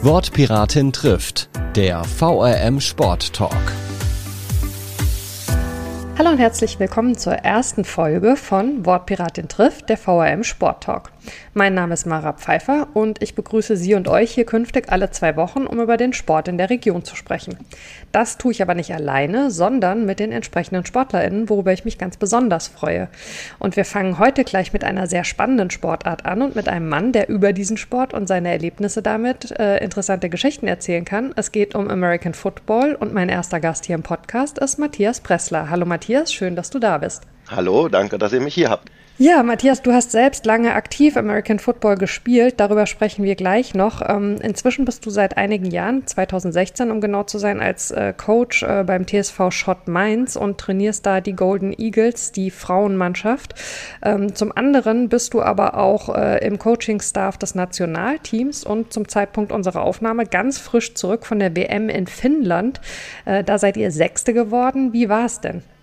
Wortpiratin trifft, der VRM Sport Talk. Hallo und herzlich willkommen zur ersten Folge von Wortpiratin trifft, der VRM Sport Talk. Mein Name ist Mara Pfeiffer und ich begrüße Sie und euch hier künftig alle 2 Wochen, um über den Sport in der Region zu sprechen. Das tue ich aber nicht alleine, sondern mit den entsprechenden SportlerInnen, worüber ich mich ganz besonders freue. Und wir fangen heute gleich mit einer sehr spannenden Sportart an und mit einem Mann, der über diesen Sport und seine Erlebnisse damit interessante Geschichten erzählen kann. Es geht um American Football und mein erster Gast hier im Podcast ist Matthias Pressler. Hallo Matthias, schön, dass du da bist. Hallo, danke, dass ihr mich hier habt. Ja, Matthias, du hast selbst lange aktiv American Football gespielt, darüber sprechen wir gleich noch. Inzwischen bist du seit einigen Jahren, 2016 um genau zu sein, als Coach beim TSV Schott Mainz und trainierst da die Golden Eagles, die Frauenmannschaft. Zum anderen bist du aber auch im Coaching-Staff des Nationalteams und zum Zeitpunkt unserer Aufnahme ganz frisch zurück von der WM in Finnland. Da seid ihr Sechste geworden. Wie war es denn?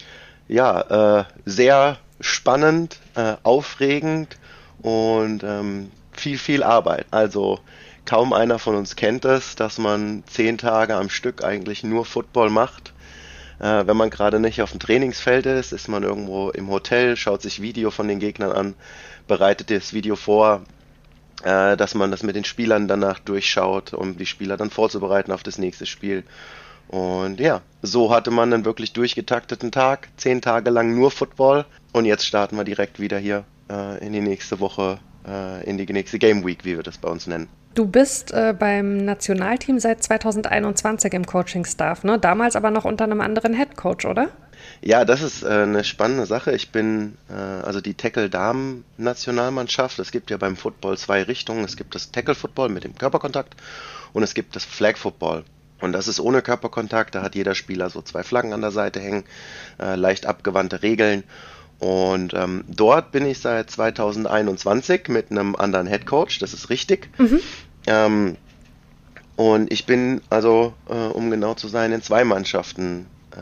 Ja, sehr spannend, aufregend und viel Arbeit. Also kaum einer von uns kennt es, dass man 10 Tage am Stück eigentlich nur Football macht. Wenn man gerade nicht auf dem Trainingsfeld ist, ist man irgendwo im Hotel, schaut sich Video von den Gegnern an, bereitet das Video vor, dass man das mit den Spielern danach durchschaut, um die Spieler dann vorzubereiten auf das nächste Spiel. Und ja, so hatte man einen wirklich durchgetakteten Tag, 10 Tage lang nur Football. Und jetzt starten wir direkt wieder hier in die nächste Woche, in die nächste Game Week, wie wir das bei uns nennen. Du bist beim Nationalteam seit 2021 im Coaching-Staff, ne? Damals aber noch unter einem anderen Headcoach, oder? Ja, das ist eine spannende Sache. Ich bin also die Tackle-Damen-Nationalmannschaft. Es gibt ja beim Football 2 Richtungen. Es gibt das Tackle-Football mit dem Körperkontakt und es gibt das Flag-Football. Und das ist ohne Körperkontakt. Da hat jeder Spieler so 2 Flaggen an der Seite hängen, leicht abgewandte Regeln. Und dort bin ich seit 2021 mit einem anderen Headcoach, das ist richtig. Und ich bin also, um genau zu sein, in 2 Mannschaften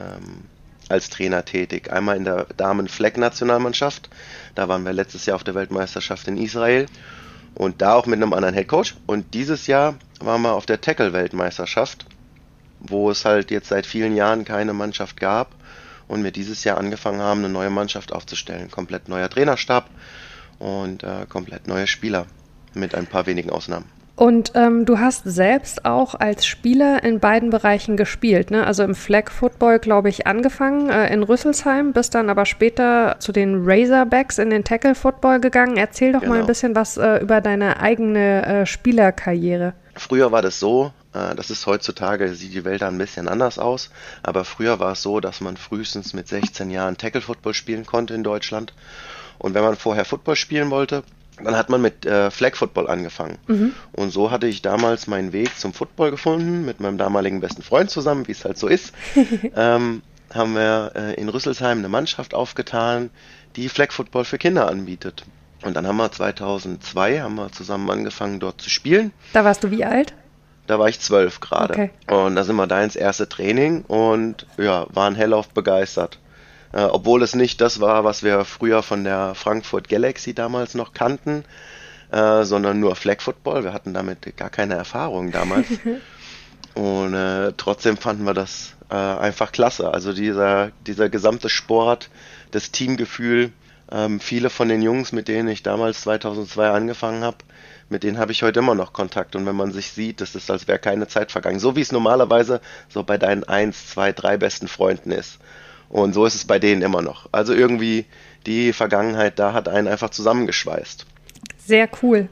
als Trainer tätig. Einmal in der Damen-Flag-Nationalmannschaft, da waren wir letztes Jahr auf der Weltmeisterschaft in Israel und da auch mit einem anderen Headcoach. Und dieses Jahr waren wir auf der Tackle-Weltmeisterschaft, wo es halt jetzt seit vielen Jahren keine Mannschaft gab. Und wir dieses Jahr angefangen haben, eine neue Mannschaft aufzustellen. Komplett neuer Trainerstab und komplett neue Spieler mit ein paar wenigen Ausnahmen. Und du hast selbst auch als Spieler in beiden Bereichen gespielt, ne? Also im Flag Football, glaube ich, angefangen in Rüsselsheim, bist dann aber später zu den Razorbacks in den Tackle Football gegangen. Erzähl doch mal ein bisschen was über deine eigene Spielerkarriere. Früher war das so, das ist heutzutage, sieht die Welt da ein bisschen anders aus, aber früher war es so, dass man frühestens mit 16 Jahren Tackle-Football spielen konnte in Deutschland. Und wenn man vorher Football spielen wollte, dann hat man mit Flag-Football angefangen. Und so hatte ich damals meinen Weg zum Football gefunden, mit meinem damaligen besten Freund zusammen, wie es halt so ist. Haben wir in Rüsselsheim eine Mannschaft aufgetan, die Flag-Football für Kinder anbietet. Und dann haben wir 2002 zusammen angefangen, dort zu spielen. Da warst du wie alt? Da war ich 12 gerade. Okay. Und da sind wir da ins erste Training und ja, waren hellauf begeistert. Obwohl es nicht das war, was wir früher von der Frankfurt Galaxy damals noch kannten, sondern nur Flag Football. Wir hatten damit gar keine Erfahrung damals. Und trotzdem fanden wir das einfach klasse. Also dieser gesamte Sport, das Teamgefühl, viele von den Jungs, mit denen ich damals 2002 angefangen habe, mit denen habe ich heute immer noch Kontakt. Und wenn man sich sieht, das ist, als wäre keine Zeit vergangen. So wie es normalerweise so bei deinen 1, 2, 3 besten Freunden ist. Und so ist es bei denen immer noch. Also irgendwie die Vergangenheit da hat einen einfach zusammengeschweißt. Sehr cool.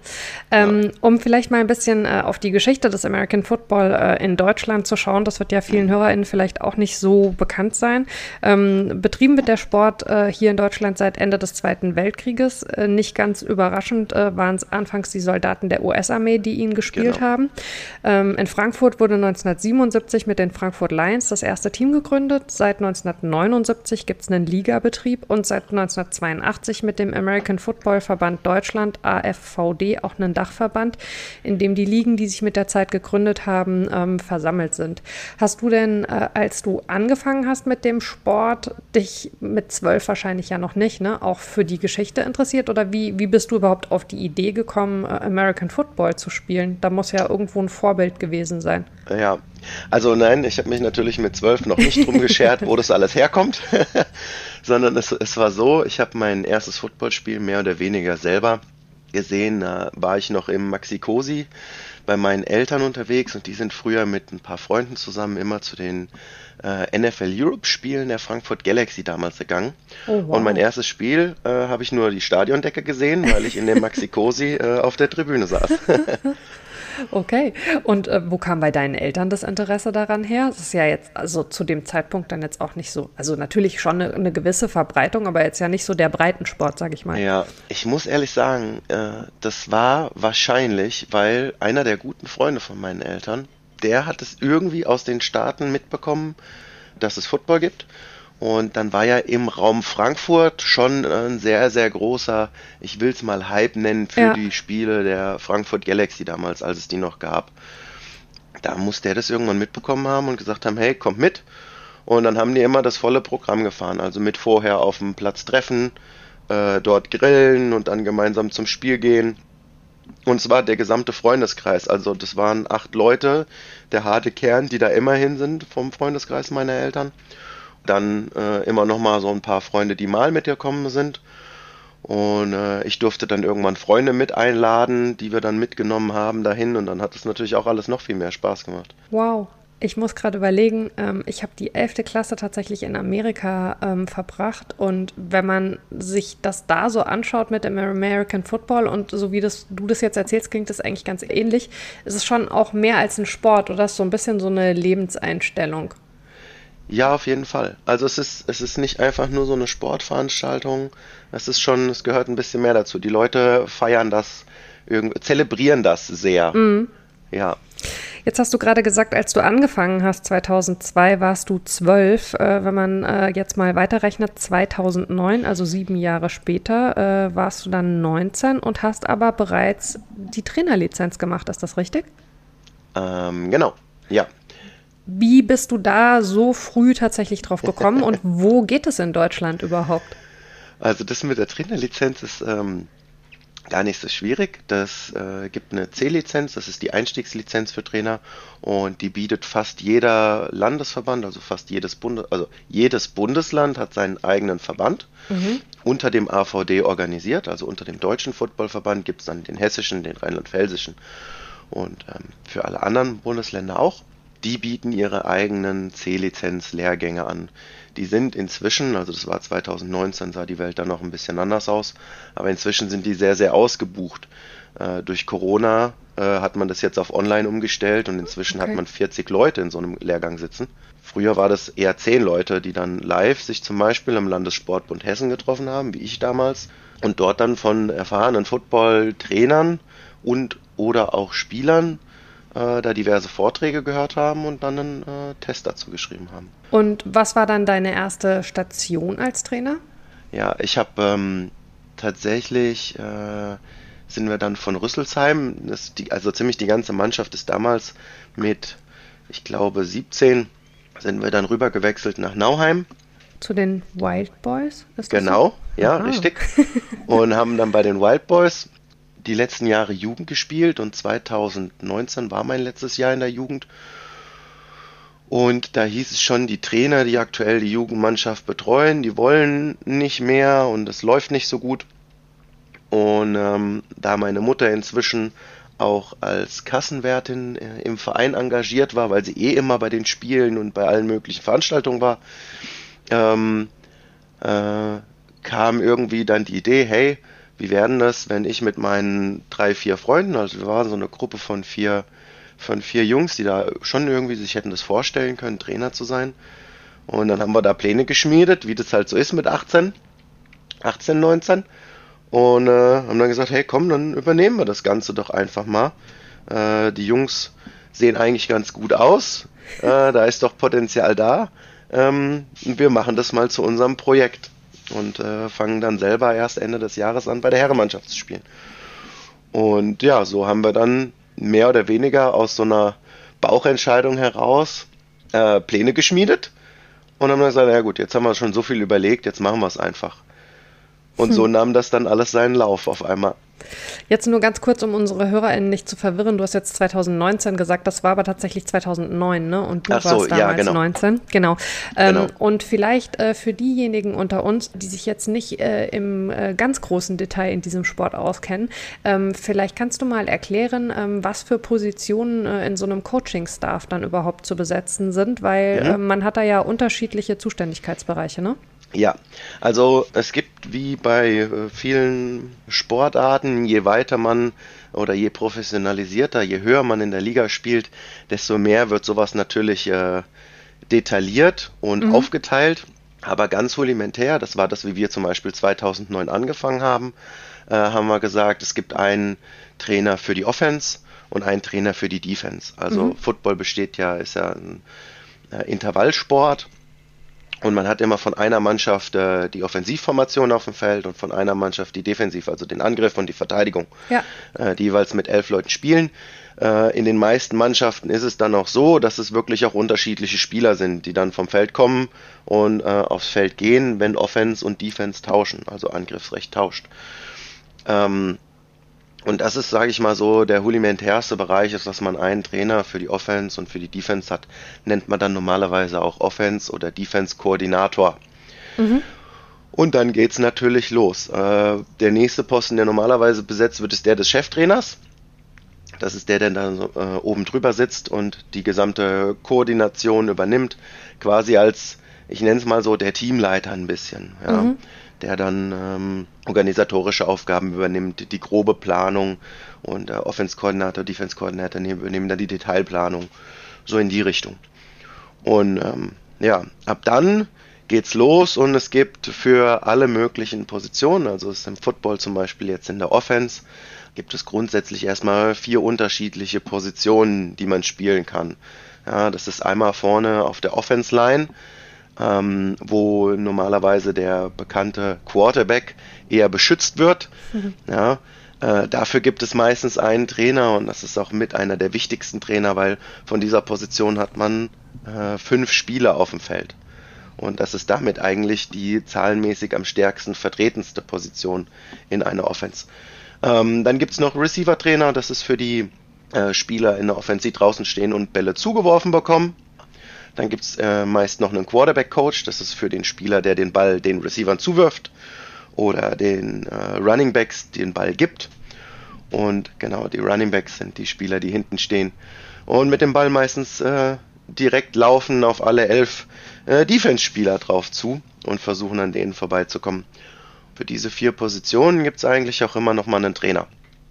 Um vielleicht mal ein bisschen auf die Geschichte des American Football in Deutschland zu schauen, das wird ja vielen HörerInnen vielleicht auch nicht so bekannt sein. Betrieben wird der Sport hier in Deutschland seit Ende des Zweiten Weltkrieges. Nicht ganz überraschend waren es anfangs die Soldaten der US-Armee, die ihn gespielt haben. In Frankfurt wurde 1977 mit den Frankfurt Lions das erste Team gegründet. Seit 1979 gibt es einen Ligabetrieb und seit 1982 mit dem American Football Verband Deutschland AFVD auch einen Dachverband, in dem die Ligen, die sich mit der Zeit gegründet haben, versammelt sind. Hast du denn, als du angefangen hast mit dem Sport, dich mit 12 wahrscheinlich ja noch nicht, ne, auch für die Geschichte interessiert? Oder wie bist du überhaupt auf die Idee gekommen, American Football zu spielen? Da muss ja irgendwo ein Vorbild gewesen sein. Ja, also nein, ich habe mich natürlich mit 12 noch nicht drum geschert, wo das alles herkommt, sondern es war so, ich habe mein erstes Footballspiel mehr oder weniger selber gesehen. Da war ich noch im Maxi-Cosi bei meinen Eltern unterwegs und die sind früher mit ein paar Freunden zusammen immer zu den NFL Europe Spielen der Frankfurt Galaxy damals gegangen. Oh, wow. Und mein erstes Spiel habe ich nur die Stadiondecke gesehen, weil ich in dem Maxi-Cosi auf der Tribüne saß. Okay. Und wo kam bei deinen Eltern das Interesse daran her? Das ist ja jetzt, also zu dem Zeitpunkt dann jetzt auch nicht so, also natürlich schon eine gewisse Verbreitung, aber jetzt ja nicht so der Breitensport, sag ich mal. Ja, ich muss ehrlich sagen, das war wahrscheinlich, weil einer der guten Freunde von meinen Eltern, der hat es irgendwie aus den Staaten mitbekommen, dass es Football gibt. Und dann war ja im Raum Frankfurt schon ein sehr, sehr großer, ich will es mal Hype nennen, für die Spiele der Frankfurt Galaxy damals, als es die noch gab. Da muss der das irgendwann mitbekommen haben und gesagt haben, hey, kommt mit. Und dann haben die immer das volle Programm gefahren, also mit vorher auf dem Platz treffen, dort grillen und dann gemeinsam zum Spiel gehen. Und es war der gesamte Freundeskreis, also das waren 8 Leute, der harte Kern, die da immer hin sind vom Freundeskreis meiner Eltern. Dann immer noch mal so ein paar Freunde, die mal mit gekommen sind. Und ich durfte dann irgendwann Freunde mit einladen, die wir dann mitgenommen haben dahin. Und dann hat es natürlich auch alles noch viel mehr Spaß gemacht. Wow. Ich muss gerade überlegen, ich habe die 11. Klasse tatsächlich in Amerika verbracht. Und wenn man sich das da so anschaut mit dem American Football und so wie du das jetzt erzählst, klingt das eigentlich ganz ähnlich. Es ist schon auch mehr als ein Sport oder ist so ein bisschen so eine Lebenseinstellung. Ja, auf jeden Fall. Also es ist nicht einfach nur so eine Sportveranstaltung. Es gehört ein bisschen mehr dazu. Die Leute feiern das, zelebrieren das sehr. Mhm. Ja. Jetzt hast du gerade gesagt, als du angefangen hast, 2002, warst du 12. Wenn man jetzt mal weiterrechnet, 2009, also 7 Jahre später, warst du dann 19 und hast aber bereits die Trainerlizenz gemacht. Ist das richtig? Genau, ja. Wie bist du da so früh tatsächlich drauf gekommen und wo geht es in Deutschland überhaupt? Also das mit der Trainerlizenz ist gar nicht so schwierig. Das gibt eine C-Lizenz, das ist die Einstiegslizenz für Trainer und die bietet fast jeder Landesverband, also fast jedes Bundesland hat seinen eigenen Verband unter dem AVD organisiert, also unter dem Deutschen Footballverband gibt es dann den hessischen, den rheinland-pfälzischen und für alle anderen Bundesländer auch. Die bieten ihre eigenen C-Lizenz-Lehrgänge an. Die sind inzwischen, also das war 2019, sah die Welt dann noch ein bisschen anders aus, aber inzwischen sind die sehr, sehr ausgebucht. Durch Corona hat man das jetzt auf online umgestellt und inzwischen hat man 40 Leute in so einem Lehrgang sitzen. Früher war das eher 10 Leute, die dann live sich zum Beispiel im Landessportbund Hessen getroffen haben, wie ich damals, und dort dann von erfahrenen Football-Trainern und oder auch Spielern da diverse Vorträge gehört haben und dann einen Test dazu geschrieben haben. Und was war dann deine erste Station als Trainer? Ja, ich habe tatsächlich, sind wir dann von Rüsselsheim, also ziemlich die ganze Mannschaft ist damals mit, ich glaube 17, sind wir dann rüber gewechselt nach Nauheim. Zu den Wild Boys? Ist das genau, so? ja, Aha. richtig. Und haben dann bei den Wild Boys die letzten Jahre Jugend gespielt und 2019 war mein letztes Jahr in der Jugend. Und da hieß es schon, die Trainer, die aktuell die Jugendmannschaft betreuen, die wollen nicht mehr und es läuft nicht so gut. Und da meine Mutter inzwischen auch als Kassenwärtin im Verein engagiert war, weil sie immer bei den Spielen und bei allen möglichen Veranstaltungen war, kam irgendwie dann die Idee, hey, wie werden das, wenn ich mit meinen 3, 4 Freunden, also wir waren so eine Gruppe von vier Jungs, die da schon irgendwie sich hätten das vorstellen können, Trainer zu sein. Und dann haben wir da Pläne geschmiedet, wie das halt so ist mit 18, 19. Und haben dann gesagt, hey komm, dann übernehmen wir das Ganze doch einfach mal. Die Jungs sehen eigentlich ganz gut aus, da ist doch Potenzial da. Wir machen das mal zu unserem Projekt. Und fangen dann selber erst Ende des Jahres an, bei der Herrenmannschaft zu spielen. Und ja, so haben wir dann mehr oder weniger aus so einer Bauchentscheidung heraus Pläne geschmiedet und haben dann gesagt, ja gut, jetzt haben wir schon so viel überlegt, jetzt machen wir es einfach. Und so nahm das dann alles seinen Lauf auf einmal. Jetzt nur ganz kurz, um unsere HörerInnen nicht zu verwirren. Du hast jetzt 2019 gesagt, das war aber tatsächlich 2009, ne? Und du Ach so, warst damals ja, genau. 19. Genau. Genau. Und vielleicht für diejenigen unter uns, die sich jetzt nicht im ganz großen Detail in diesem Sport auskennen, vielleicht kannst du mal erklären, was für Positionen in so einem Coaching-Staff dann überhaupt zu besetzen sind, weil man hat da ja unterschiedliche Zuständigkeitsbereiche, ne? Ja, also es gibt wie bei vielen Sportarten, je weiter man oder je professionalisierter, je höher man in der Liga spielt, desto mehr wird sowas natürlich detailliert und aufgeteilt. Aber ganz rudimentär, das war das, wie wir zum Beispiel 2009 angefangen haben, haben wir gesagt, es gibt einen Trainer für die Offense und einen Trainer für die Defense. Also Football ist ja ein Intervallsport. Und man hat immer von einer Mannschaft die Offensivformation auf dem Feld und von einer Mannschaft die Defensiv, also den Angriff und die Verteidigung, die jeweils mit 11 Leuten spielen. In den meisten Mannschaften ist es dann auch so, dass es wirklich auch unterschiedliche Spieler sind, die dann vom Feld kommen und aufs Feld gehen, wenn Offense und Defense tauschen, also Angriffsrecht tauscht. Und das ist, sage ich mal so, der rudimentärste Bereich ist, dass man einen Trainer für die Offense und für die Defense hat, nennt man dann normalerweise auch Offense- oder Defense-Koordinator. Und dann geht's natürlich los. Der nächste Posten, der normalerweise besetzt wird, ist der des Cheftrainers. Das ist der dann oben drüber sitzt und die gesamte Koordination übernimmt, quasi als, ich nenne es mal so, der Teamleiter ein bisschen, ja. Der dann organisatorische Aufgaben übernimmt, die grobe Planung und der Offense-Koordinator, Defense-Koordinator übernehmen dann die Detailplanung, so in die Richtung. Und ja, ab dann geht's los und es gibt für alle möglichen Positionen, also es ist im Football zum Beispiel jetzt in der Offense, gibt es grundsätzlich erstmal 4 unterschiedliche Positionen, die man spielen kann. Ja, das ist einmal vorne auf der Offense-Line, wo normalerweise der bekannte Quarterback eher beschützt wird. Ja, dafür gibt es meistens einen Trainer und das ist auch mit einer der wichtigsten Trainer, weil von dieser Position hat man 5 Spieler auf dem Feld. Und das ist damit eigentlich die zahlenmäßig am stärksten vertretenste Position in einer Offense. Dann gibt es noch Receiver-Trainer, das ist für die Spieler in der Offense, die draußen stehen und Bälle zugeworfen bekommen. Dann gibt es meist noch einen Quarterback-Coach, das ist für den Spieler, der den Ball den Receivern zuwirft oder den Running Backs den Ball gibt. Und genau, die Running Backs sind die Spieler, die hinten stehen und mit dem Ball meistens direkt laufen auf alle 11 Defense-Spieler drauf zu und versuchen an denen vorbeizukommen. Für diese 4 Positionen gibt es eigentlich auch immer noch mal einen Trainer.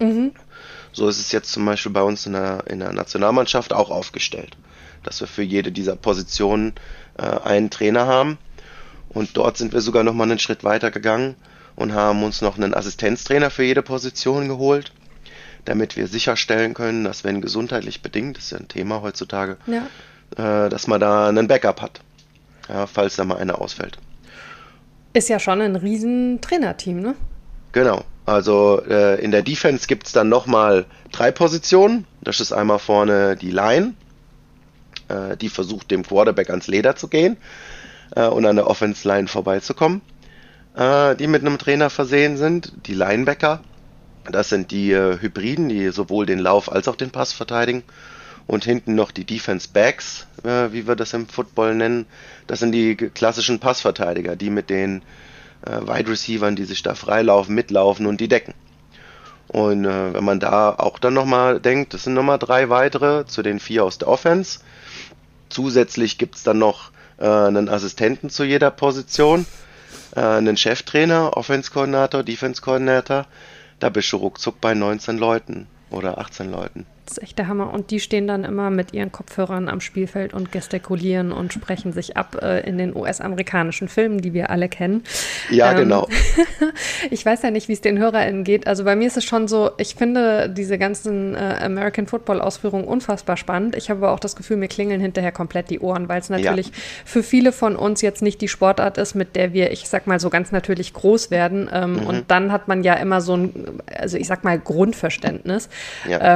So ist es jetzt zum Beispiel bei uns in der Nationalmannschaft auch aufgestellt, dass wir für jede dieser Positionen einen Trainer haben. Und dort sind wir sogar noch mal einen Schritt weiter gegangen und haben uns noch einen Assistenztrainer für jede Position geholt, damit wir sicherstellen können, dass wenn gesundheitlich bedingt, das ist ja ein Thema heutzutage, dass man da einen Backup hat, ja, falls da mal einer ausfällt. Ist ja schon ein riesen Trainerteam, ne? Genau, also in der Defense gibt es dann nochmal 3 Positionen. Das ist einmal vorne die Line, die versucht dem Quarterback ans Leder zu gehen und an der Offense-Line vorbeizukommen, die mit einem Trainer versehen sind. Die Linebacker, das sind die Hybriden, die sowohl den Lauf als auch den Pass verteidigen. Und hinten noch die Defense Backs, wie wir das im Football nennen. Das sind die klassischen Passverteidiger, die mit den Wide Receivern, die sich da freilaufen, mitlaufen und die decken. Und wenn man da auch dann nochmal denkt, das sind nochmal 3 weitere zu den 4 aus der Offense. Zusätzlich gibt es dann noch einen Assistenten zu jeder Position, einen Cheftrainer, Offense-Koordinator, Defense-Koordinator. Da bist du ruckzuck bei 19 Leuten oder 18 Leuten. Das ist echt der Hammer. Und die stehen dann immer mit ihren Kopfhörern am Spielfeld und gestikulieren und sprechen sich ab in den US-amerikanischen Filmen, die wir alle kennen. Ja, genau. Ich weiß ja nicht, wie es den HörerInnen geht. Also bei mir ist es schon so, ich finde diese ganzen American Football-Ausführungen unfassbar spannend. Ich habe aber auch das Gefühl, mir klingeln hinterher komplett die Ohren, weil es natürlich für viele von uns jetzt nicht die Sportart ist, mit der wir, ich sag mal, so ganz natürlich groß werden. Und dann hat man ja immer so ein, also ich sag mal, Grundverständnis. Ja.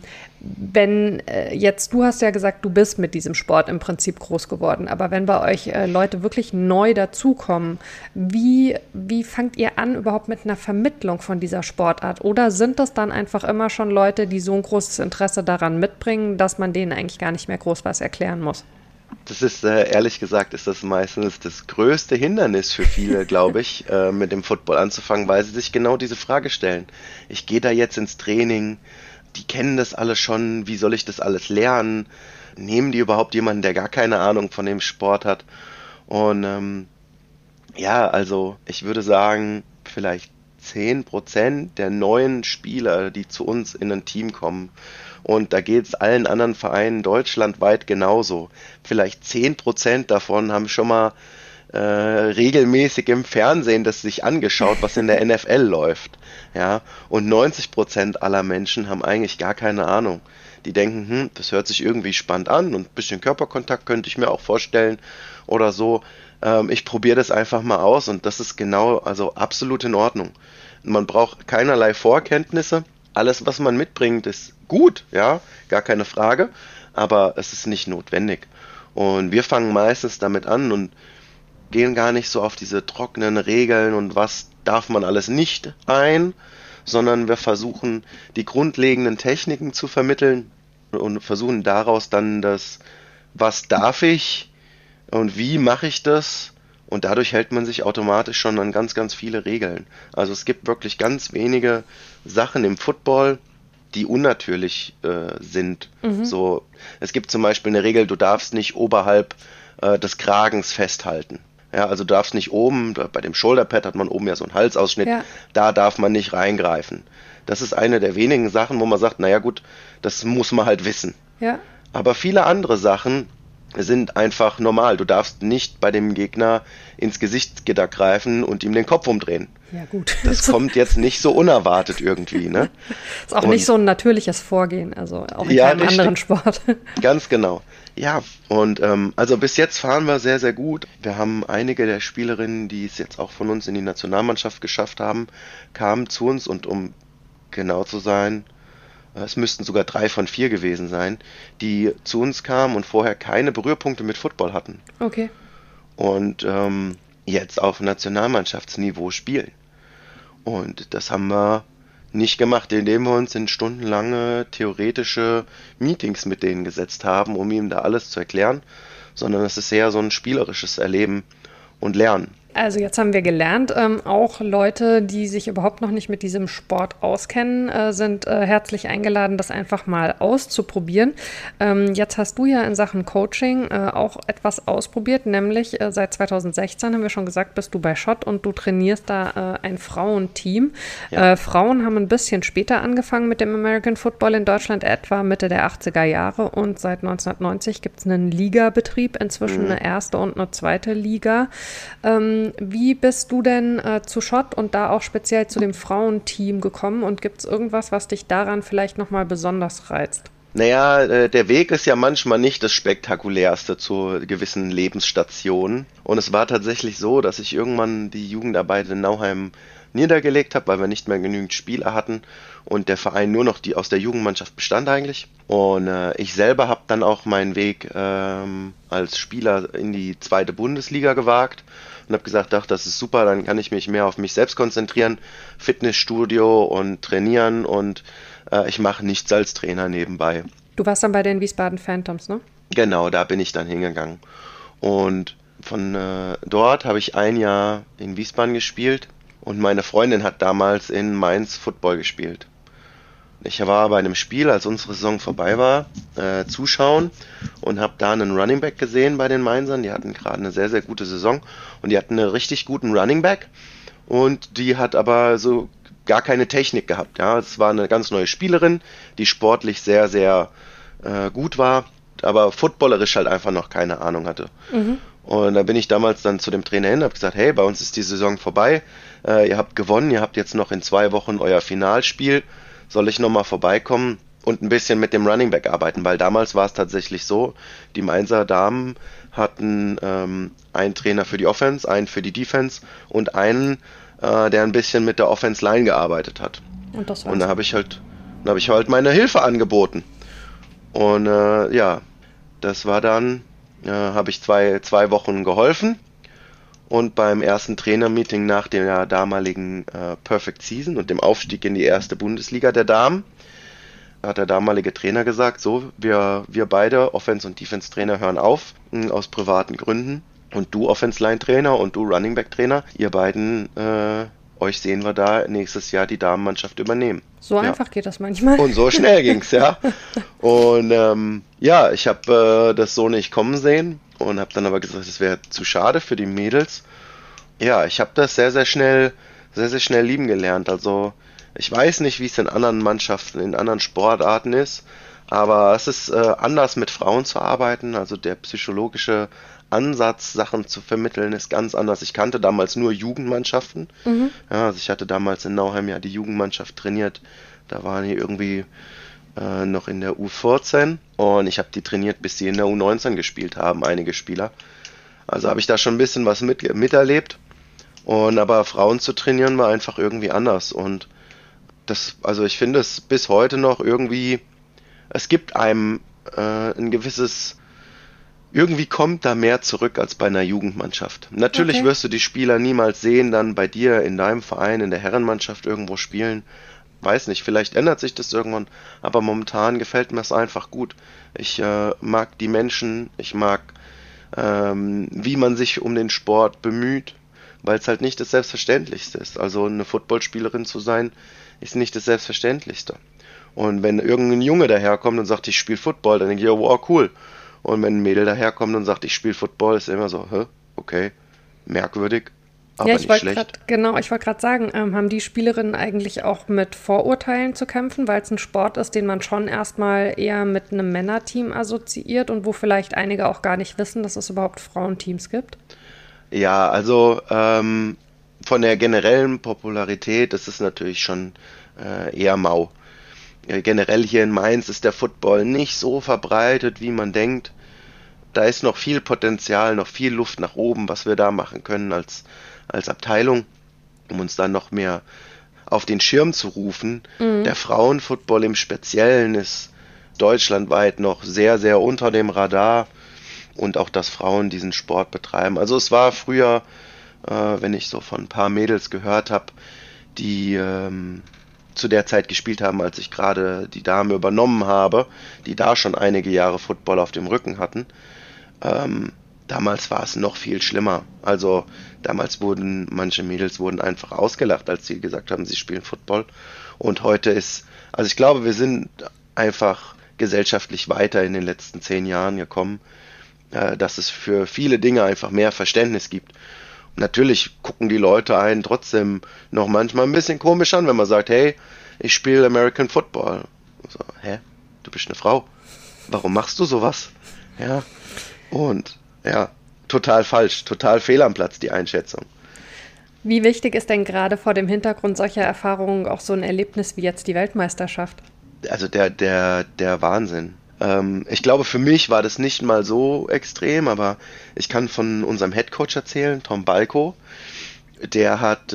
Wenn jetzt, du hast ja gesagt, du bist mit diesem Sport im Prinzip groß geworden, aber wenn bei euch Leute wirklich neu dazukommen, wie fangt ihr an überhaupt mit einer Vermittlung von dieser Sportart? Oder sind das dann einfach immer schon Leute, die so ein großes Interesse daran mitbringen, dass man denen eigentlich gar nicht mehr groß was erklären muss? Das ist, ehrlich gesagt, ist das meistens das größte Hindernis für viele, glaube ich, mit dem Football anzufangen, weil sie sich genau diese Frage stellen. Ich gehe da jetzt ins Training, die kennen das alles schon, wie soll ich das alles lernen? Nehmen die überhaupt jemanden, der gar keine Ahnung von dem Sport hat? Und ja, also ich würde sagen, vielleicht 10% der neuen Spieler, die zu uns in ein Team kommen. Und da geht es allen anderen Vereinen deutschlandweit genauso. Vielleicht 10% davon haben schon mal regelmäßig im Fernsehen das sich angeschaut, was in der NFL läuft. Ja? Und 90% aller Menschen haben eigentlich gar keine Ahnung. Die denken, das hört sich irgendwie spannend an und ein bisschen Körperkontakt könnte ich mir auch vorstellen oder so. Ich probiere das einfach mal aus und das ist genau, also absolut in Ordnung. Man braucht keinerlei Vorkenntnisse. Alles, was man mitbringt, ist gut, ja, gar keine Frage, aber es ist nicht notwendig. Und wir fangen meistens damit an und gehen gar nicht so auf diese trockenen Regeln und was darf man alles nicht ein, sondern wir versuchen, die grundlegenden Techniken zu vermitteln und versuchen daraus dann das, was darf ich und wie mache ich das, und dadurch hält man sich automatisch schon an ganz, ganz viele Regeln. Also es gibt wirklich ganz wenige Sachen im Football, die unnatürlich sind. So, es gibt zum Beispiel eine Regel, du darfst nicht oberhalb des Kragens festhalten. Ja, also du darfst nicht oben, bei dem Shoulderpad hat man oben ja so einen Halsausschnitt, da darf man nicht reingreifen. Das ist eine der wenigen Sachen, wo man sagt, naja gut, das muss man halt wissen. Ja. Aber viele andere Sachen sind einfach normal. Du darfst nicht bei dem Gegner ins Gesichtsgitter greifen und ihm den Kopf umdrehen. Ja, gut. Das kommt jetzt nicht so unerwartet irgendwie, ne? Ist auch nicht so ein natürliches Vorgehen, also auch in keinem anderen Sport. Ganz genau. Ja, und also bis jetzt fahren wir sehr, sehr gut. Wir haben einige der Spielerinnen, die es jetzt auch von uns in die Nationalmannschaft geschafft haben, kamen zu uns und um genau zu sein, es müssten sogar 3 von 4 gewesen sein, die zu uns kamen und vorher keine Berührpunkte mit Football hatten. Okay. Und jetzt auf Nationalmannschaftsniveau spielen. Und das haben wir nicht gemacht, indem wir uns in stundenlange theoretische Meetings mit denen gesetzt haben, um ihm da alles zu erklären, sondern es ist eher so ein spielerisches Erleben und Lernen. Also jetzt haben wir gelernt, auch Leute, die sich überhaupt noch nicht mit diesem Sport auskennen, sind herzlich eingeladen, das einfach mal auszuprobieren. Jetzt hast du ja in Sachen Coaching auch etwas ausprobiert, nämlich seit 2016, haben wir schon gesagt, bist du bei Schott und du trainierst da ein Frauenteam. Ja. Frauen haben ein bisschen später angefangen mit dem American Football in Deutschland, etwa Mitte der 80er Jahre, und seit 1990 gibt es einen Ligabetrieb, inzwischen eine erste und eine zweite Liga. Wie bist du denn zu Schott und da auch speziell zu dem Frauenteam gekommen, und gibt es irgendwas, was dich daran vielleicht nochmal besonders reizt? Naja, der Weg ist ja manchmal nicht das Spektakulärste zu gewissen Lebensstationen. Und es war tatsächlich so, dass ich irgendwann die Jugendarbeit in Nauheim niedergelegt habe, weil wir nicht mehr genügend Spieler hatten und der Verein nur noch aus der Jugendmannschaft bestand eigentlich. Und ich selber habe dann auch meinen Weg als Spieler in die zweite Bundesliga gewagt und habe gesagt, ach, das ist super, dann kann ich mich mehr auf mich selbst konzentrieren, Fitnessstudio und trainieren, und ich mache nichts als Trainer nebenbei. Du warst dann bei den Wiesbaden Phantoms, ne? Genau, da bin ich dann hingegangen. Und von dort habe ich ein Jahr in Wiesbaden gespielt und meine Freundin hat damals in Mainz Football gespielt. Ich war bei einem Spiel, als unsere Saison vorbei war, zuschauen und habe da einen Running Back gesehen bei den Mainzern. Die hatten gerade eine sehr, sehr gute Saison und die hatten einen richtig guten Running Back, und die hat aber so gar keine Technik gehabt. Ja, es war eine ganz neue Spielerin, die sportlich sehr, sehr gut war, aber footballerisch halt einfach noch keine Ahnung hatte. Und da bin ich damals dann zu dem Trainer hin und habe gesagt, hey, bei uns ist die Saison vorbei, ihr habt gewonnen, ihr habt jetzt noch in 2 Wochen euer Finalspiel, soll ich nochmal vorbeikommen und ein bisschen mit dem Running Back arbeiten, weil damals war es tatsächlich so, die Mainzer Damen hatten einen Trainer für die Offense, einen für die Defense und einen, der ein bisschen mit der Offense Line gearbeitet hat. Und das Und da habe ich halt meine Hilfe angeboten. Und ja, das war dann, habe ich 2 Wochen geholfen. Und beim ersten Trainermeeting nach der damaligen Perfect Season und dem Aufstieg in die erste Bundesliga der Damen, hat der damalige Trainer gesagt, so, wir beide, Offense- und Defense-Trainer, hören auf, aus privaten Gründen. Und du Offense-Line-Trainer und du Running-Back-Trainer, ihr beiden, euch sehen wir da nächstes Jahr die Damenmannschaft übernehmen. So einfach geht das manchmal. Und so schnell ging's, ja. Und ja, ich habe das so nicht kommen sehen und habe dann aber gesagt, es wäre zu schade für die Mädels. Ja, ich habe das sehr, sehr schnell lieben gelernt. Also ich weiß nicht, wie es in anderen Mannschaften, in anderen Sportarten ist, aber es ist anders mit Frauen zu arbeiten. Also der psychologische Ansatz, Sachen zu vermitteln, ist ganz anders. Ich kannte damals nur Jugendmannschaften. Ja, also ich hatte damals in Nauheim ja die Jugendmannschaft trainiert. Da waren die irgendwie noch in der U14 und ich habe die trainiert, bis sie in der U19 gespielt haben, einige Spieler. Also habe ich da schon ein bisschen was miterlebt. Und aber Frauen zu trainieren war einfach irgendwie anders. Und also ich finde es bis heute noch irgendwie, es gibt einem ein gewisses, irgendwie kommt da mehr zurück als bei einer Jugendmannschaft. Natürlich wirst du die Spieler niemals sehen, dann bei dir in deinem Verein, in der Herrenmannschaft irgendwo spielen. Weiß nicht, vielleicht ändert sich das irgendwann, aber momentan gefällt mir es einfach gut. Ich mag die Menschen, ich mag, wie man sich um den Sport bemüht, weil es halt nicht das Selbstverständlichste ist. Also eine Footballspielerin zu sein, ist nicht das Selbstverständlichste. Und wenn irgendein Junge daherkommt und sagt, ich spiele Football, dann denke ich, ja, wow, cool. Und wenn ein Mädel daherkommt und sagt, ich spiele Football, ist immer so, okay, merkwürdig, aber Ja, nicht schlecht. ich wollte gerade sagen, haben die Spielerinnen eigentlich auch mit Vorurteilen zu kämpfen, weil es ein Sport ist, den man schon erstmal eher mit einem Männerteam assoziiert und wo vielleicht einige auch gar nicht wissen, dass es überhaupt Frauenteams gibt? Ja, also von der generellen Popularität, das ist natürlich schon eher mau. Generell hier in Mainz ist der Football nicht so verbreitet, wie man denkt. Da ist noch viel Potenzial, noch viel Luft nach oben, was wir da machen können als Abteilung, um uns dann noch mehr auf den Schirm zu rufen. Der Frauenfootball im Speziellen ist deutschlandweit noch sehr, sehr unter dem Radar und auch, dass Frauen diesen Sport betreiben. Also es war früher, wenn ich so von ein paar Mädels gehört habe, die zu der Zeit gespielt haben, als ich gerade die Dame übernommen habe, die da schon einige Jahre Football auf dem Rücken hatten. Damals war es noch viel schlimmer. Also damals manche Mädels wurden einfach ausgelacht, als sie gesagt haben, sie spielen Football. Und heute also ich glaube, wir sind einfach gesellschaftlich weiter in den letzten 10 Jahren gekommen, dass es für viele Dinge einfach mehr Verständnis gibt. Natürlich gucken die Leute einen trotzdem noch manchmal ein bisschen komisch an, wenn man sagt, hey, ich spiele American Football. So, hä? Du bist eine Frau. Warum machst du sowas? Ja. Und ja, total falsch, total fehl am Platz, die Einschätzung. Wie wichtig ist denn gerade vor dem Hintergrund solcher Erfahrungen auch so ein Erlebnis wie jetzt die Weltmeisterschaft? Also der Wahnsinn. Ich glaube, für mich war das nicht mal so extrem, aber ich kann von unserem Headcoach erzählen, Tom Balko. Der hat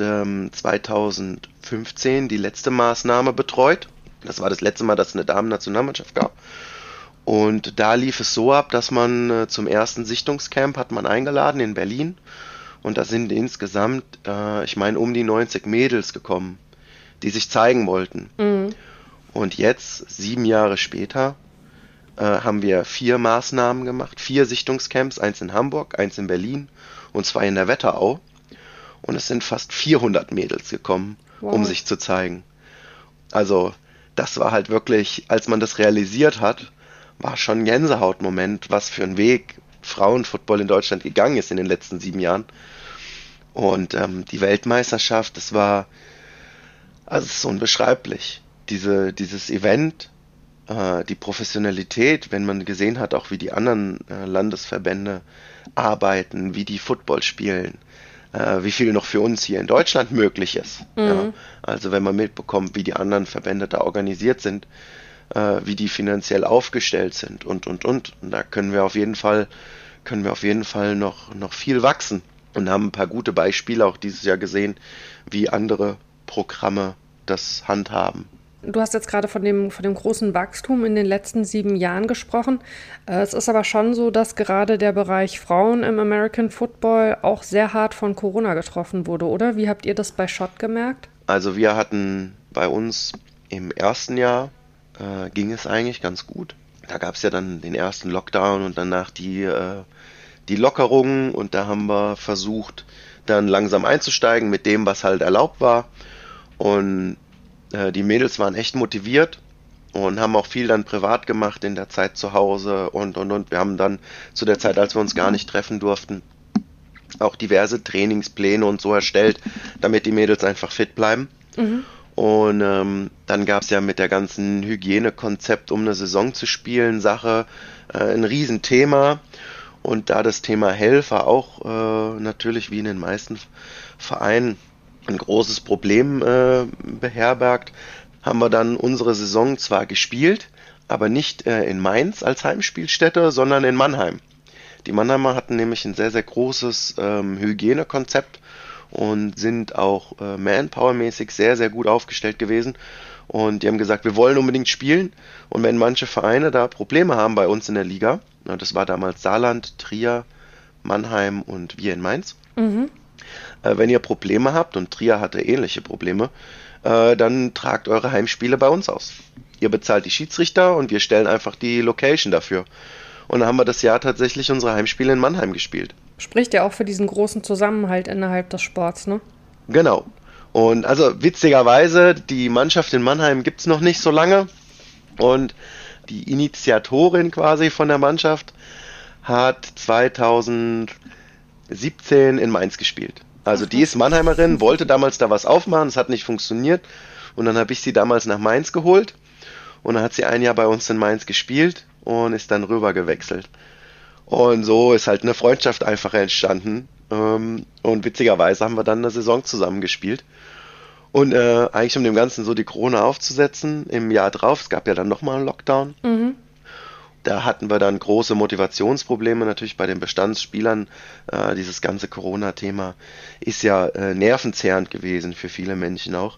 2015 die letzte Maßnahme betreut. Das war das letzte Mal, dass es eine Damen-Nationalmannschaft gab. Und da lief es so ab, dass man zum ersten Sichtungscamp hat man eingeladen in Berlin. Und da sind insgesamt, ich meine, um die 90 Mädels gekommen, die sich zeigen wollten. Und jetzt, 7 Jahre später, haben wir 4 Maßnahmen gemacht, 4 Sichtungscamps, eins in Hamburg, eins in Berlin und 2 in der Wetterau. Und es sind fast 400 Mädels gekommen, um sich zu zeigen. Also das war halt wirklich, als man das realisiert hat, war schon ein Gänsehautmoment, was für ein Weg Frauenfootball in Deutschland gegangen ist in den letzten 7 Jahren. Und die Weltmeisterschaft, das war Also es ist unbeschreiblich. Dieses Event, die Professionalität, wenn man gesehen hat, auch wie die anderen Landesverbände arbeiten, wie die Football spielen, wie viel noch für uns hier in Deutschland möglich ist. Ja. Also wenn man mitbekommt, wie die anderen Verbände da organisiert sind, wie die finanziell aufgestellt sind und. Und da können wir auf jeden Fall noch viel wachsen und haben ein paar gute Beispiele auch dieses Jahr gesehen, wie andere Programme das handhaben. Du hast jetzt gerade von dem großen Wachstum in den letzten 7 Jahren gesprochen. Es ist aber schon so, dass gerade der Bereich Frauen im American Football auch sehr hart von Corona getroffen wurde, oder? Wie habt ihr das bei Schott gemerkt? Also wir hatten bei uns im ersten Jahr ging es eigentlich ganz gut. Da gab es ja dann den ersten Lockdown und danach die Lockerungen und da haben wir versucht, dann langsam einzusteigen mit dem, was halt erlaubt war. Und die Mädels waren echt motiviert und haben auch viel dann privat gemacht in der Zeit zu Hause und. Wir haben dann zu der Zeit, als wir uns gar nicht treffen durften, auch diverse Trainingspläne und so erstellt, damit die Mädels einfach fit bleiben. Und dann gab es ja mit der ganzen Hygienekonzept, um eine Saison zu spielen, Sache, ein Riesenthema. Und da das Thema Helfer auch natürlich wie in den meisten Vereinen ein großes Problem beherbergt, haben wir dann unsere Saison zwar gespielt, aber nicht in Mainz als Heimspielstätte, sondern in Mannheim. Die Mannheimer hatten nämlich ein sehr, sehr großes Hygienekonzept und sind auch manpowermäßig sehr, sehr gut aufgestellt gewesen. Und die haben gesagt, wir wollen unbedingt spielen. Und wenn manche Vereine da Probleme haben bei uns in der Liga, das war damals Saarland, Trier, Mannheim und wir in Mainz, wenn ihr Probleme habt, und Trier hatte ähnliche Probleme, dann tragt eure Heimspiele bei uns aus. Ihr bezahlt die Schiedsrichter und wir stellen einfach die Location dafür. Und dann haben wir das Jahr tatsächlich unsere Heimspiele in Mannheim gespielt. Spricht ja auch für diesen großen Zusammenhalt innerhalb des Sports, ne? Genau. Und also witzigerweise, die Mannschaft in Mannheim gibt's noch nicht so lange. Und die Initiatorin quasi von der Mannschaft hat 2017 in Mainz gespielt. Also die ist Mannheimerin, wollte damals da was aufmachen, es hat nicht funktioniert. Und dann habe ich sie damals nach Mainz geholt. Und dann hat sie ein Jahr bei uns in Mainz gespielt und ist dann rüber gewechselt. Und so ist halt eine Freundschaft einfach entstanden. Und witzigerweise haben wir dann eine Saison zusammen gespielt. Und eigentlich um dem Ganzen so die Krone aufzusetzen, im Jahr drauf, es gab ja dann nochmal einen Lockdown. Da hatten wir dann große Motivationsprobleme natürlich bei den Bestandsspielern. Dieses ganze Corona-Thema ist ja nervenzehrend gewesen für viele Menschen auch.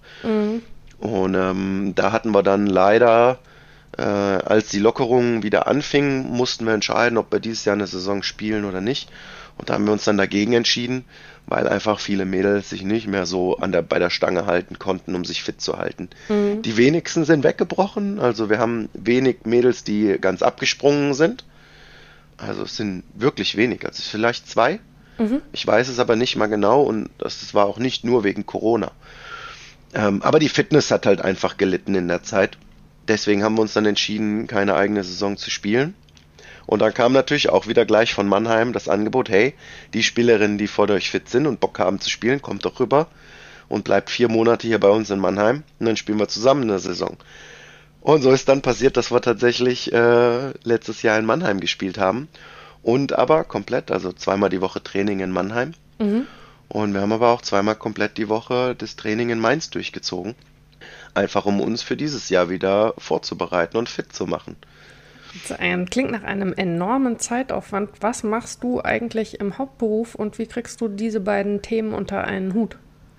Und da hatten wir dann leider, als die Lockerungen wieder anfingen, mussten wir entscheiden, ob wir dieses Jahr eine Saison spielen oder nicht. Und da haben wir uns dann dagegen entschieden, weil einfach viele Mädels sich nicht mehr so bei der Stange halten konnten, um sich fit zu halten. Die wenigsten sind weggebrochen, also wir haben wenig Mädels, die ganz abgesprungen sind. Also es sind wirklich wenig, also vielleicht 2. Ich weiß es aber nicht mal genau und das war auch nicht nur wegen Corona. Aber die Fitness hat halt einfach gelitten in der Zeit. Deswegen haben wir uns dann entschieden, keine eigene Saison zu spielen. Und dann kam natürlich auch wieder gleich von Mannheim das Angebot, hey, die Spielerinnen, die vor euch fit sind und Bock haben zu spielen, kommt doch rüber und bleibt 4 Monate hier bei uns in Mannheim und dann spielen wir zusammen eine Saison. Und so ist dann passiert, dass wir tatsächlich letztes Jahr in Mannheim gespielt haben und aber komplett, also 2-mal die Woche Training in Mannheim und wir haben aber auch 2-mal komplett die Woche das Training in Mainz durchgezogen, einfach um uns für dieses Jahr wieder vorzubereiten und fit zu machen. Das klingt nach einem enormen Zeitaufwand. Was machst du eigentlich im Hauptberuf und wie kriegst du diese beiden Themen unter einen Hut?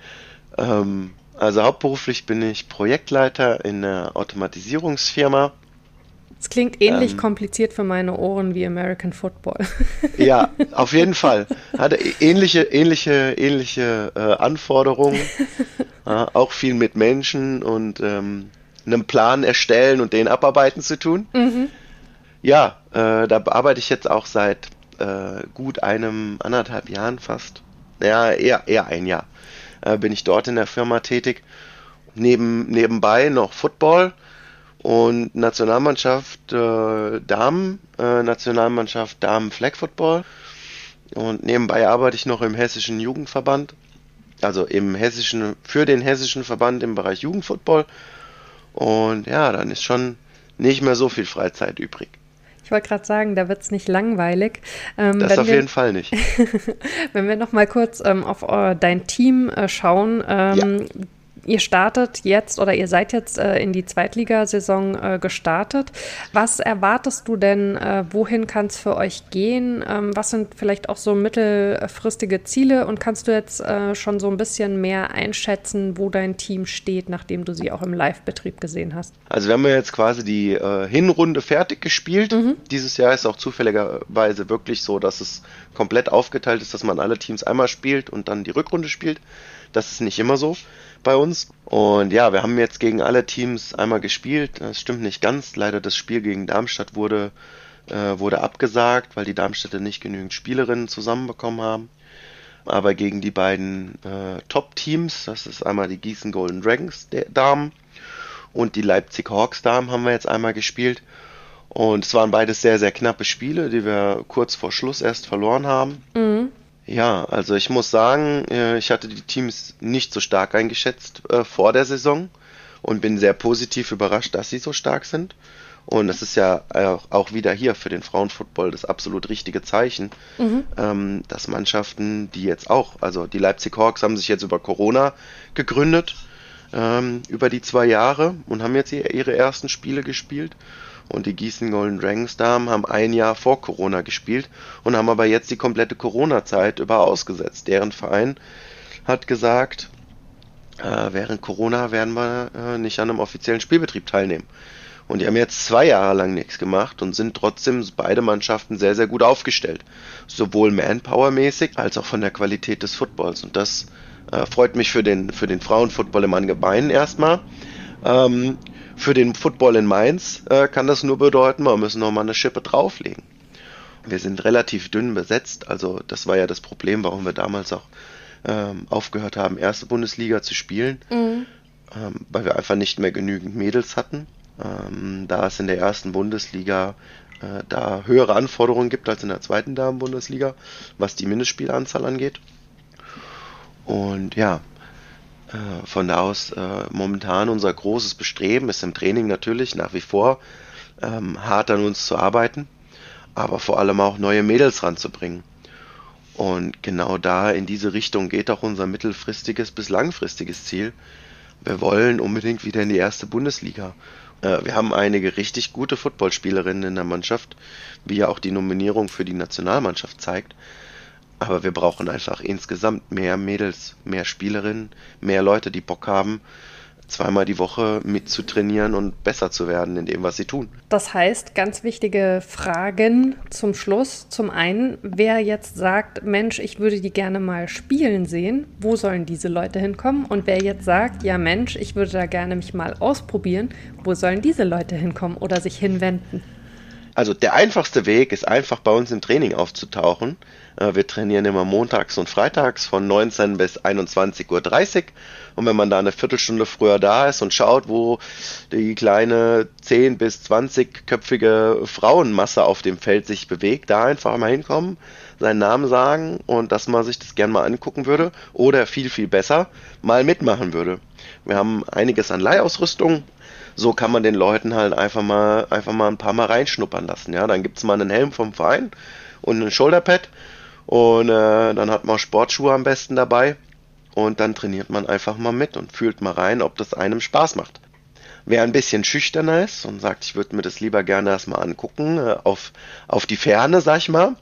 Also hauptberuflich bin ich Projektleiter in einer Automatisierungsfirma. Es klingt ähnlich kompliziert für meine Ohren wie American Football. Ja, auf jeden Fall. Hatte ähnliche Anforderungen. Auch viel mit Menschen und einem Plan erstellen und den abarbeiten zu tun. Ja, da arbeite ich jetzt auch seit gut 1,5 Jahren fast. Ja, eher 1 Jahr bin ich dort in der Firma tätig. Nebenbei noch Football und Nationalmannschaft Damen, Nationalmannschaft Damen Flag Football. Und nebenbei arbeite ich noch im Hessischen Jugendverband also für den hessischen Verband im Bereich Jugendfootball. Und ja, dann ist schon nicht mehr so viel Freizeit übrig. Ich wollte gerade sagen, da wird es nicht langweilig. Das auf jeden Fall nicht. Wenn wir noch mal kurz auf dein Team schauen. Ihr startet jetzt oder ihr seid jetzt in die Zweitligasaison gestartet. Was erwartest du denn? Wohin kann es für euch gehen? Was sind vielleicht auch so mittelfristige Ziele? Und kannst du jetzt schon so ein bisschen mehr einschätzen, wo dein Team steht, nachdem du sie auch im Live-Betrieb gesehen hast? Also wir haben ja jetzt quasi die Hinrunde fertig gespielt. Dieses Jahr ist auch zufälligerweise wirklich so, dass es komplett aufgeteilt ist, dass man alle Teams einmal spielt und dann die Rückrunde spielt. Das ist nicht immer so bei uns. Und ja, wir haben jetzt gegen alle Teams einmal gespielt. Das stimmt nicht ganz. Leider das Spiel gegen Darmstadt wurde abgesagt, weil die Darmstädter nicht genügend Spielerinnen zusammenbekommen haben. Aber gegen die beiden Top-Teams, das ist einmal die Gießen Golden Dragons Damen und die Leipzig Hawks Damen, haben wir jetzt einmal gespielt. Und es waren beides sehr, sehr knappe Spiele, die wir kurz vor Schluss erst verloren haben. Ja, also ich muss sagen, ich hatte die Teams nicht so stark eingeschätzt vor der Saison und bin sehr positiv überrascht, dass sie so stark sind. Und das ist ja auch wieder hier für den Frauenfootball das absolut richtige Zeichen, dass Mannschaften, die jetzt auch, also die Leipzig Hawks haben sich jetzt über Corona gegründet, über die 2 Jahre und haben jetzt ihre ersten Spiele gespielt. Und die Gießen Golden Dragons Damen haben 1 Jahr vor Corona gespielt und haben aber jetzt die komplette Corona-Zeit über ausgesetzt. Deren Verein hat gesagt, während Corona werden wir nicht an einem offiziellen Spielbetrieb teilnehmen. Und die haben jetzt 2 Jahre lang nichts gemacht und sind trotzdem beide Mannschaften sehr, sehr gut aufgestellt. Sowohl Manpower-mäßig als auch von der Qualität des Footballs. Und das freut mich für den Frauenfootball im Allgemeinen erstmal. Für den Football in Mainz kann das nur bedeuten, wir müssen nochmal eine Schippe drauflegen. Wir sind relativ dünn besetzt, also das war ja das Problem, warum wir damals auch aufgehört haben, erste Bundesliga zu spielen, weil wir einfach nicht mehr genügend Mädels hatten. Da es in der ersten Bundesliga da höhere Anforderungen gibt als in der zweiten Damen-Bundesliga, was die Mindestspielanzahl angeht. Und ja, von da aus momentan unser großes Bestreben ist im Training natürlich nach wie vor hart an uns zu arbeiten, aber vor allem auch neue Mädels ranzubringen. Und genau da in diese Richtung geht auch unser mittelfristiges bis langfristiges Ziel. Wir wollen unbedingt wieder in die erste Bundesliga. Wir haben einige richtig gute Footballspielerinnen in der Mannschaft, wie ja auch die Nominierung für die Nationalmannschaft zeigt. Aber wir brauchen einfach insgesamt mehr Mädels, mehr Spielerinnen, mehr Leute, die Bock haben, 2-mal die Woche mitzutrainieren und besser zu werden in dem, was sie tun. Das heißt, ganz wichtige Fragen zum Schluss. Zum einen, wer jetzt sagt, Mensch, ich würde die gerne mal spielen sehen, wo sollen diese Leute hinkommen? Und wer jetzt sagt, ja Mensch, ich würde da gerne mich mal ausprobieren, wo sollen diese Leute hinkommen oder sich hinwenden? Also der einfachste Weg ist einfach bei uns im Training aufzutauchen. Wir trainieren immer montags und freitags von 19 bis 21:30 Uhr. Und wenn man da eine Viertelstunde früher da ist und schaut, wo die kleine 10- bis 20-köpfige Frauenmasse auf dem Feld sich bewegt, da einfach mal hinkommen, seinen Namen sagen und dass man sich das gerne mal angucken würde oder viel, viel besser mal mitmachen würde. Wir haben einiges an Leihausrüstung. So kann man den Leuten halt einfach mal ein paar Mal reinschnuppern lassen. Ja, dann gibt's mal einen Helm vom Verein und ein Shoulderpad und dann hat man Sportschuhe am besten dabei und dann trainiert man einfach mal mit und fühlt mal rein, ob das einem Spaß macht. Wer ein bisschen schüchterner ist und sagt, ich würde mir das lieber gerne erstmal angucken, auf die Ferne, sag ich mal,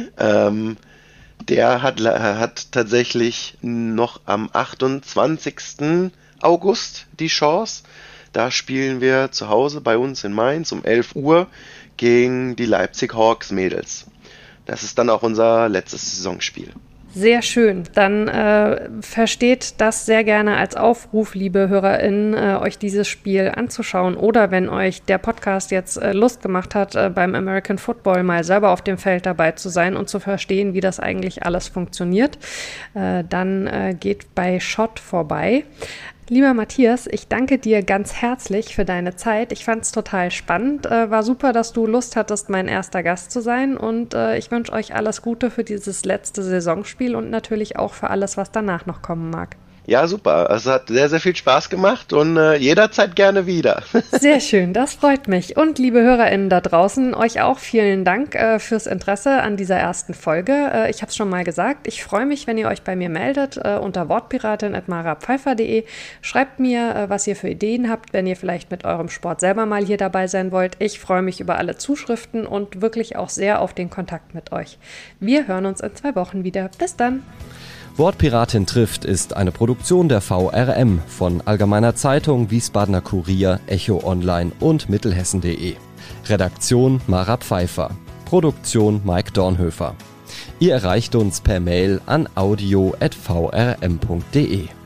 der hat tatsächlich noch am 28. August die Chance. Da spielen wir zu Hause bei uns in Mainz um 11 Uhr gegen die Leipzig Hawks Mädels. Das ist dann auch unser letztes Saisonspiel. Sehr schön. Dann versteht das sehr gerne als Aufruf, liebe HörerInnen, euch dieses Spiel anzuschauen. Oder wenn euch der Podcast jetzt Lust gemacht hat, beim American Football mal selber auf dem Feld dabei zu sein und zu verstehen, wie das eigentlich alles funktioniert, dann geht bei SHOT vorbei. Lieber Matthias, ich danke dir ganz herzlich für deine Zeit. Ich fand es total spannend. War super, dass du Lust hattest, mein erster Gast zu sein. Und ich wünsche euch alles Gute für dieses letzte Saisonspiel und natürlich auch für alles, was danach noch kommen mag. Ja, super. Es hat sehr, sehr viel Spaß gemacht und jederzeit gerne wieder. Sehr schön, das freut mich. Und liebe HörerInnen da draußen, euch auch vielen Dank fürs Interesse an dieser ersten Folge. Ich habe es schon mal gesagt, ich freue mich, wenn ihr euch bei mir meldet unter wortpiratin@marapfeifer.de. Schreibt mir, was ihr für Ideen habt, wenn ihr vielleicht mit eurem Sport selber mal hier dabei sein wollt. Ich freue mich über alle Zuschriften und wirklich auch sehr auf den Kontakt mit euch. Wir hören uns in 2 Wochen wieder. Bis dann! Wortpiratin trifft ist eine Produktion der VRM von Allgemeiner Zeitung, Wiesbadener Kurier, Echo Online und Mittelhessen.de. Redaktion Mara Pfeiffer. Produktion Mike Dornhöfer. Ihr erreicht uns per Mail an audio@vrm.de.